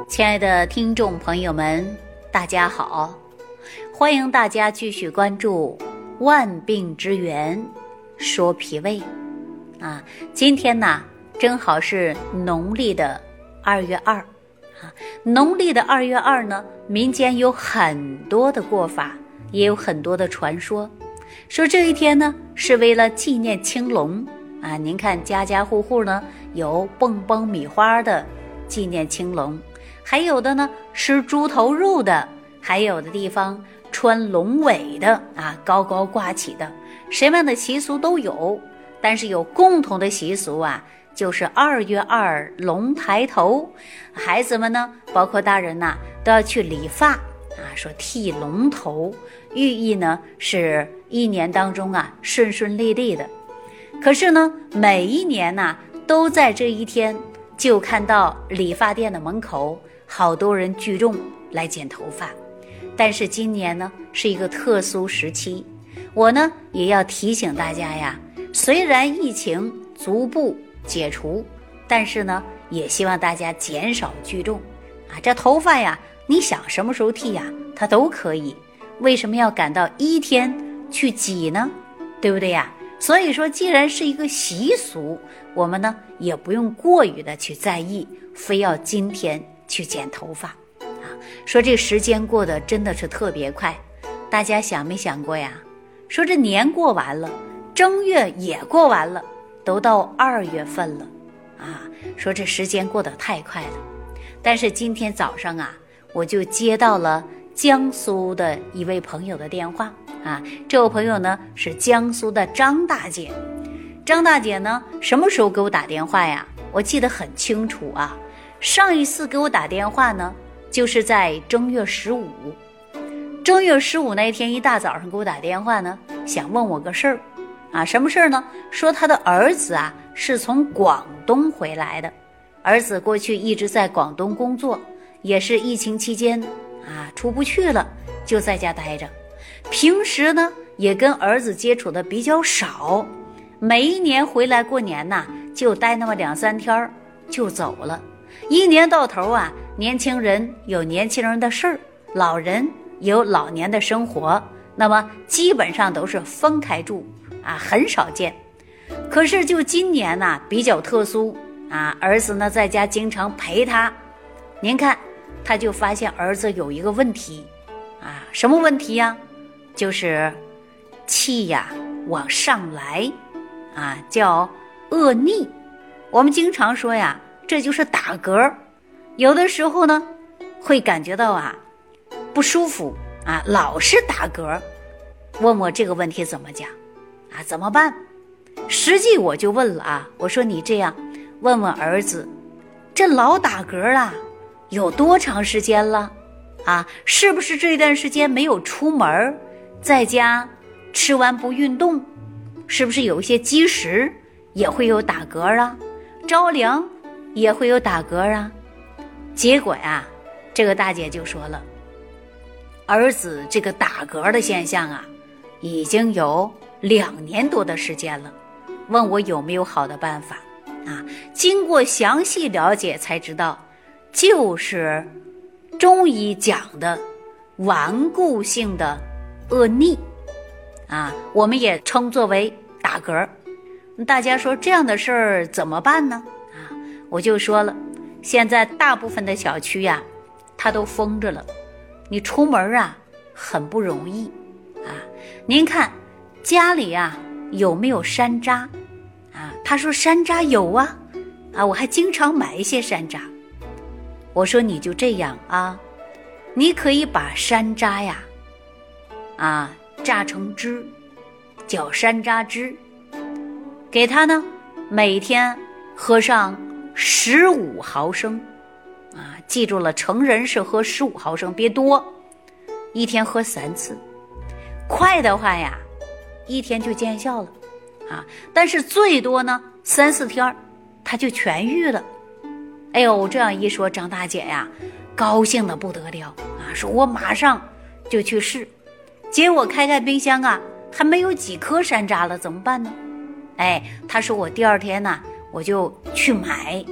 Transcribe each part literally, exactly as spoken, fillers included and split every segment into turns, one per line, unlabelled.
亲爱的听众朋友们，大家好，欢迎大家继续关注万病之源说脾胃啊。今天呢正好是农历的二月二啊。农历的二月二呢，民间有很多的过法，也有很多的传说，说这一天呢是为了纪念青龙啊。您看家家户户呢有蹦蹦米花的纪念青龙，还有的呢吃猪头肉的，还有的地方穿龙尾的啊，高高挂起的，什么样的习俗都有。但是有共同的习俗啊，就是二月二龙抬头，孩子们呢包括大人呐、都要去理发啊，说剃龙头，寓意呢是一年当中啊顺顺利利的。可是呢每一年呐、啊、都在这一天就看到理发店的门口好多人聚众来剪头发。但是今年呢是一个特殊时期，我呢也要提醒大家呀，虽然疫情逐步解除，但是呢也希望大家减少聚众啊。这头发呀，你想什么时候剃呀它都可以，为什么要赶到一天去挤呢？对不对呀？所以说既然是一个习俗，我们呢也不用过于的去在意，非要今天去剪头发啊。说这时间过得真的是特别快，大家想没想过呀，说这年过完了，正月也过完了，都到二月份了啊。说这时间过得太快了。但是今天早上啊，我就接到了江苏的一位朋友的电话啊。这位朋友呢是江苏的张大姐。张大姐呢什么时候给我打电话呀？我记得很清楚啊。上一次给我打电话呢就是在正月十五。正月十五那天一大早上给我打电话呢，想问我个事儿啊。什么事儿呢？说他的儿子啊是从广东回来的，儿子过去一直在广东工作，也是疫情期间啊出不去了，就在家待着。平时呢也跟儿子接触的比较少，每一年回来过年呐、啊、就待那么两三天就走了。一年到头啊，年轻人有年轻人的事儿，老人有老年的生活，那么基本上都是分开住啊，很少见。可是就今年呢、啊、比较特殊啊，儿子呢在家经常陪他。您看他就发现儿子有一个问题啊，什么问题呀？就是气呀往上来啊，叫恶逆。我们经常说呀，这就是打嗝。有的时候呢会感觉到啊不舒服啊，老是打嗝。问我这个问题怎么讲啊？怎么办？实际我就问了啊，我说你这样问问儿子，这老打嗝啊有多长时间了啊？是不是这段时间没有出门，在家吃完不运动，是不是有一些积食也会有打嗝啊？着凉也会有打嗝啊？结果呀，这个大姐就说了，儿子这个打嗝的现象啊已经有两年多的时间了，问我有没有好的办法啊。经过详细了解才知道，就是中医讲的顽固性的恶逆啊，我们也称作为打嗝。大家说这样的事儿怎么办呢？啊，我就说了，现在大部分的小区呀它都封着了，你出门啊很不容易啊。您看家里啊有没有山楂啊？他说山楂有啊，啊我还经常买一些山楂。我说你就这样啊，你可以把山楂呀啊榨成汁，叫山楂汁，给他呢每天喝上十五毫升啊，记住了，成人是喝十五毫升，别多，一天喝三次。快的话呀一天就见效了啊，但是最多呢三四天他就痊愈了。哎呦，这样一说，张大姐呀高兴的不得了啊，说我马上就去试。结果开开冰箱啊，还没有几颗山楂了，怎么办呢？哎，她说我第二天呢、啊、我就去买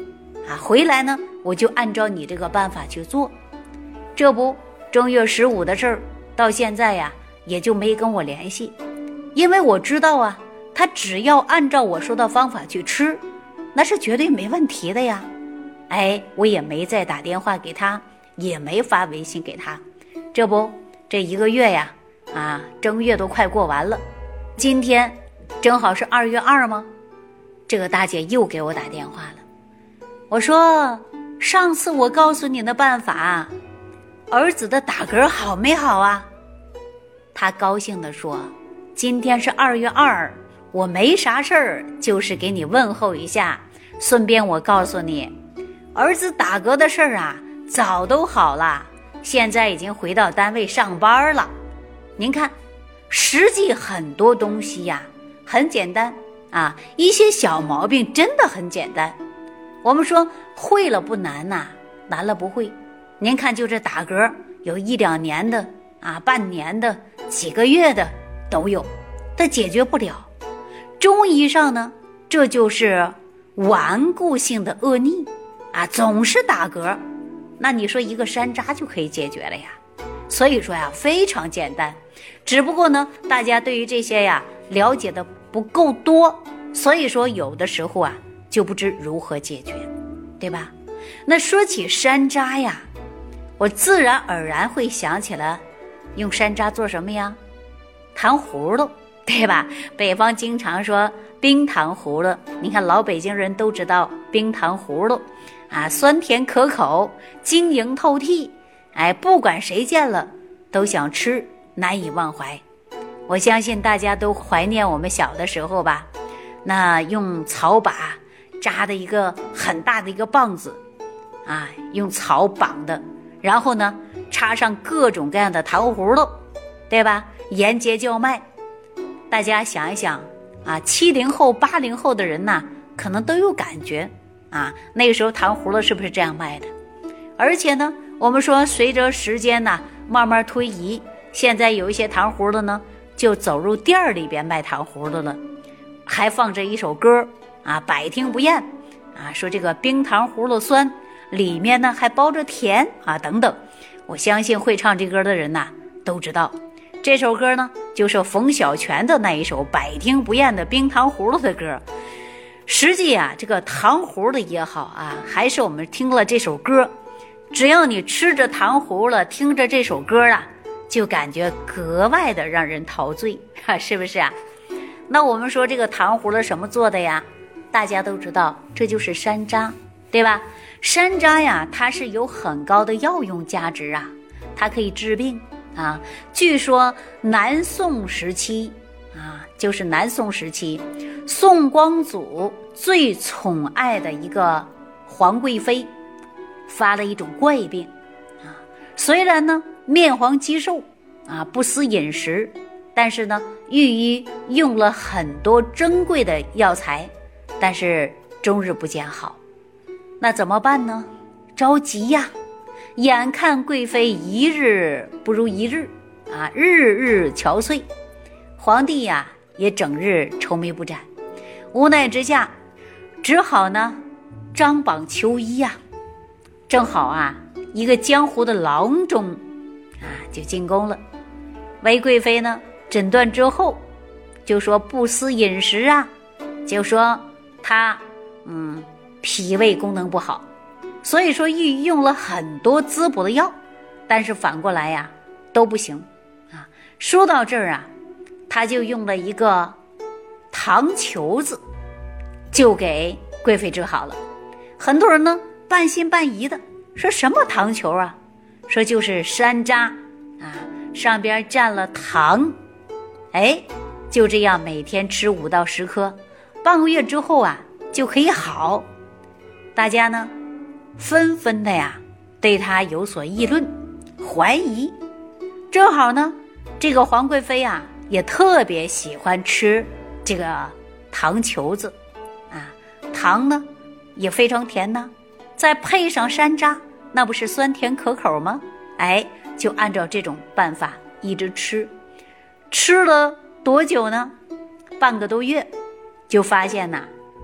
啊，回来呢我就按照你这个办法去做。这不，正月十五的事儿到现在呀也就没跟我联系，因为我知道啊，他只要按照我说的方法去吃，那是绝对没问题的呀。哎，我也没再打电话给他，也没发微信给他。这不，这一个月呀，啊，正月都快过完了，今天正好是二月二吗？这个大姐又给我打电话了。我说，上次我告诉你的办法，儿子的打嗝好没好啊？她高兴地说，今天是二月二，我没啥事儿，就是给你问候一下，顺便我告诉你，儿子打嗝的事儿啊，早都好了，现在已经回到单位上班了。您看，实际很多东西呀，很简单啊，一些小毛病真的很简单。我们说会了不难呐、啊，难了不会。您看，就这打嗝，有一两年的啊，半年的，几个月的都有，它解决不了。中医上呢，这就是顽固性的恶逆啊，总是打嗝。那你说一个山楂就可以解决了呀？所以说呀，非常简单。只不过呢，大家对于这些呀了解的不够多，所以说有的时候啊就不知如何解决，对吧？那说起山楂呀，我自然而然会想起了用山楂做什么呀？糖葫芦，对吧？北方经常说冰糖葫芦，你看老北京人都知道冰糖葫芦啊，酸甜可口，晶莹透剔，哎，不管谁见了都想吃，难以忘怀。我相信大家都怀念我们小的时候吧，那用草把扎的一个很大的一个棒子啊，用草绑的，然后呢插上各种各样的糖葫芦，对吧？沿街叫卖。大家想一想啊，七零后八零后的人呐，可能都有感觉啊，那个时候糖葫芦是不是这样卖的？而且呢，我们说随着时间呢慢慢推移，现在有一些糖葫芦呢就走入店儿里边卖糖葫芦了，还放着一首歌啊，百听不厌啊，说这个冰糖葫芦酸，里面呢还包着甜啊等等。我相信会唱这歌的人呐都知道，这首歌呢就是冯小泉的那一首百听不厌的冰糖葫芦的歌。实际啊，这个糖葫芦也好啊，还是我们听了这首歌，只要你吃着糖葫芦，听着这首歌啊，就感觉格外的让人陶醉，是不是啊？那我们说这个糖葫芦什么做的呀？大家都知道，这就是山楂，对吧？山楂呀，它是有很高的药用价值啊，它可以治病啊。据说南宋时期啊，就是南宋时期，宋光祖最宠爱的一个皇贵妃发了一种怪病啊，虽然呢面黄肌瘦啊，不思饮食，但是呢御医用了很多珍贵的药材，但是终日不见好。那怎么办呢？着急呀，眼看贵妃一日不如一日啊，日日憔悴，皇帝呀也整日愁眉不展，无奈之下只好呢张榜求医呀。正好啊，一个江湖的郎中啊就进宫了，为贵妃呢诊断之后，就说不思饮食啊，就说他嗯脾胃功能不好，所以说御用了很多滋补的药，但是反过来呀都不行啊。说到这儿啊，他就用了一个糖球子，就给贵妃治好了。很多人呢半信半疑的说，什么糖球啊？说就是山楂啊，上边蘸了糖，哎，就这样每天吃五到十颗，半个月之后啊就可以好。大家呢纷纷的呀对他有所议论怀疑。正好呢这个皇贵妃啊也特别喜欢吃这个糖球子啊，糖呢也非常甜呢，再配上山楂，那不是酸甜可口吗？哎，就按照这种办法一直吃，吃了多久呢？半个多月，就发现呐，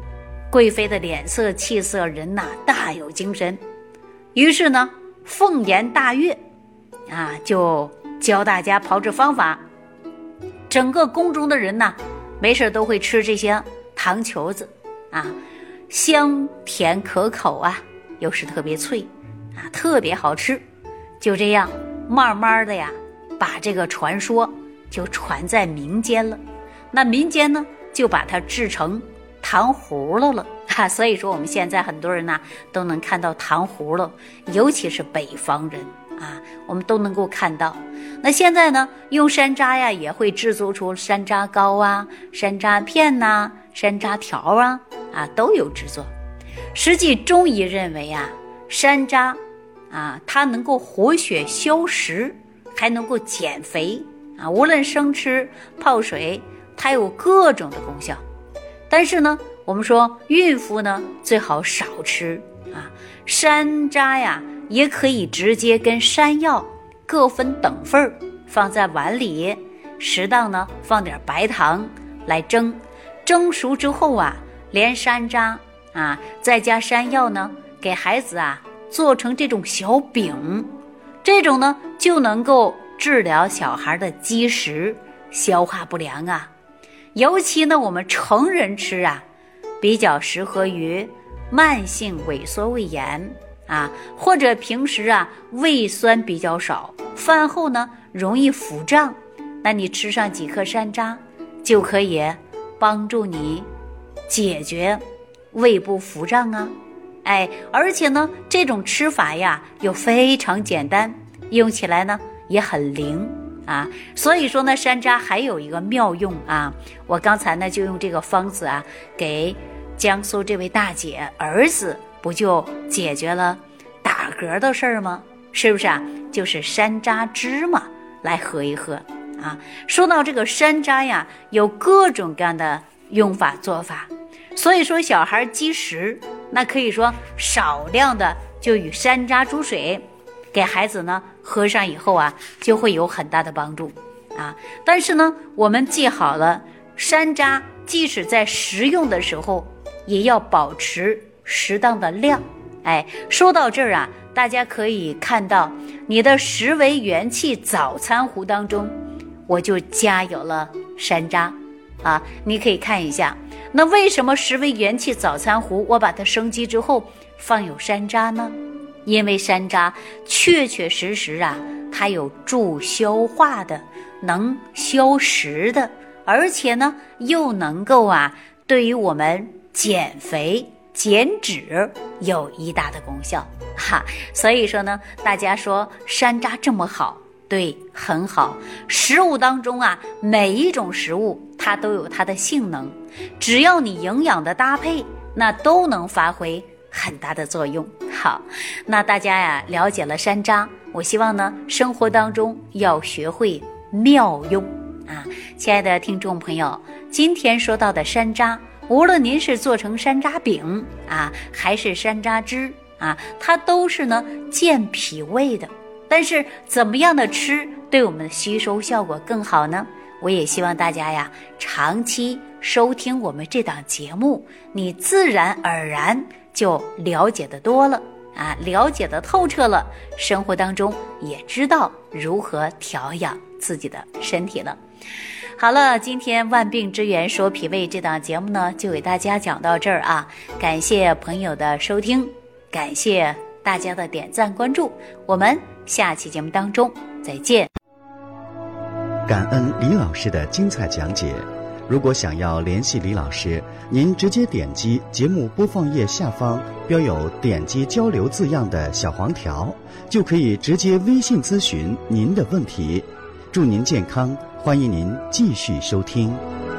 贵妃的脸色气色，人呐大有精神。于是呢，凤颜大悦啊，就教大家炮制方法。整个宫中的人呐，没事都会吃这些糖球子啊，香甜可口啊，又是特别脆啊，特别好吃。就这样慢慢的呀，把这个传说就传在民间了。那民间呢，就把它制成糖葫芦了啊。所以说我们现在很多人呢都能看到糖葫芦，尤其是北方人啊，我们都能够看到。那现在呢，用山楂呀也会制作出山楂糕啊、山楂片呐、啊、山楂条啊啊都有制作。实际中医认为啊，山楂啊，它能够活血消食，还能够减肥啊。无论生吃、泡水，它有各种的功效。但是呢，我们说孕妇呢最好少吃啊。山楂呀，也可以直接跟山药各分等份，放在碗里，适当呢放点白糖来蒸，蒸熟之后啊，连山楂啊，再加山药呢，给孩子啊做成这种小饼，这种呢就能够治疗小孩的积食、消化不良啊。尤其呢，我们成人吃啊，比较适合于慢性萎缩胃炎啊，或者平时啊胃酸比较少，饭后呢容易腹胀，那你吃上几颗山楂，就可以帮助你解决胃部腹胀啊。哎，而且呢，这种吃法呀又非常简单，用起来呢也很灵啊。所以说呢，山楂还有一个妙用啊。我刚才呢就用这个方子啊，给江苏这位大姐儿子不就解决了打嗝的事儿吗？是不是啊？就是山楂汁嘛，来喝一喝啊。说到这个山楂呀，有各种各样的用法做法。所以说小孩积食，那可以说少量的就与山楂煮水给孩子呢喝上以后啊，就会有很大的帮助啊。但是呢，我们记好了，山楂即使在食用的时候也要保持适当的量。哎，说到这儿啊，大家可以看到你的十为元气早餐壶当中，我就加有了山楂啊，你可以看一下。那为什么十味元气早餐壶我把它升级之后放有山楂呢？因为山楂确确实实啊，它有助消化的，能消食的，而且呢又能够啊对于我们减肥减脂有一大的功效哈。所以说呢，大家说山楂这么好，对，很好。食物当中啊，每一种食物它都有它的性能，只要你营养的搭配，那都能发挥很大的作用。好，那大家呀了解了山楂，我希望呢生活当中要学会妙用啊。亲爱的听众朋友，今天说到的山楂，无论您是做成山楂饼啊，还是山楂汁啊，它都是呢健脾胃的。但是怎么样的吃对我们的吸收效果更好呢？我也希望大家呀长期收听我们这档节目，你自然而然就了解得多了啊，了解得透彻了，生活当中也知道如何调养自己的身体了。好了，今天万病之源说脾胃这档节目呢，就给大家讲到这儿啊，感谢朋友的收听，感谢大家的点赞关注，我们下期节目当中再见。
感恩李老师的精彩讲解。如果想要联系李老师，您直接点击节目播放页下方标有点击交流字样的小黄条，就可以直接微信咨询您的问题。祝您健康，欢迎您继续收听。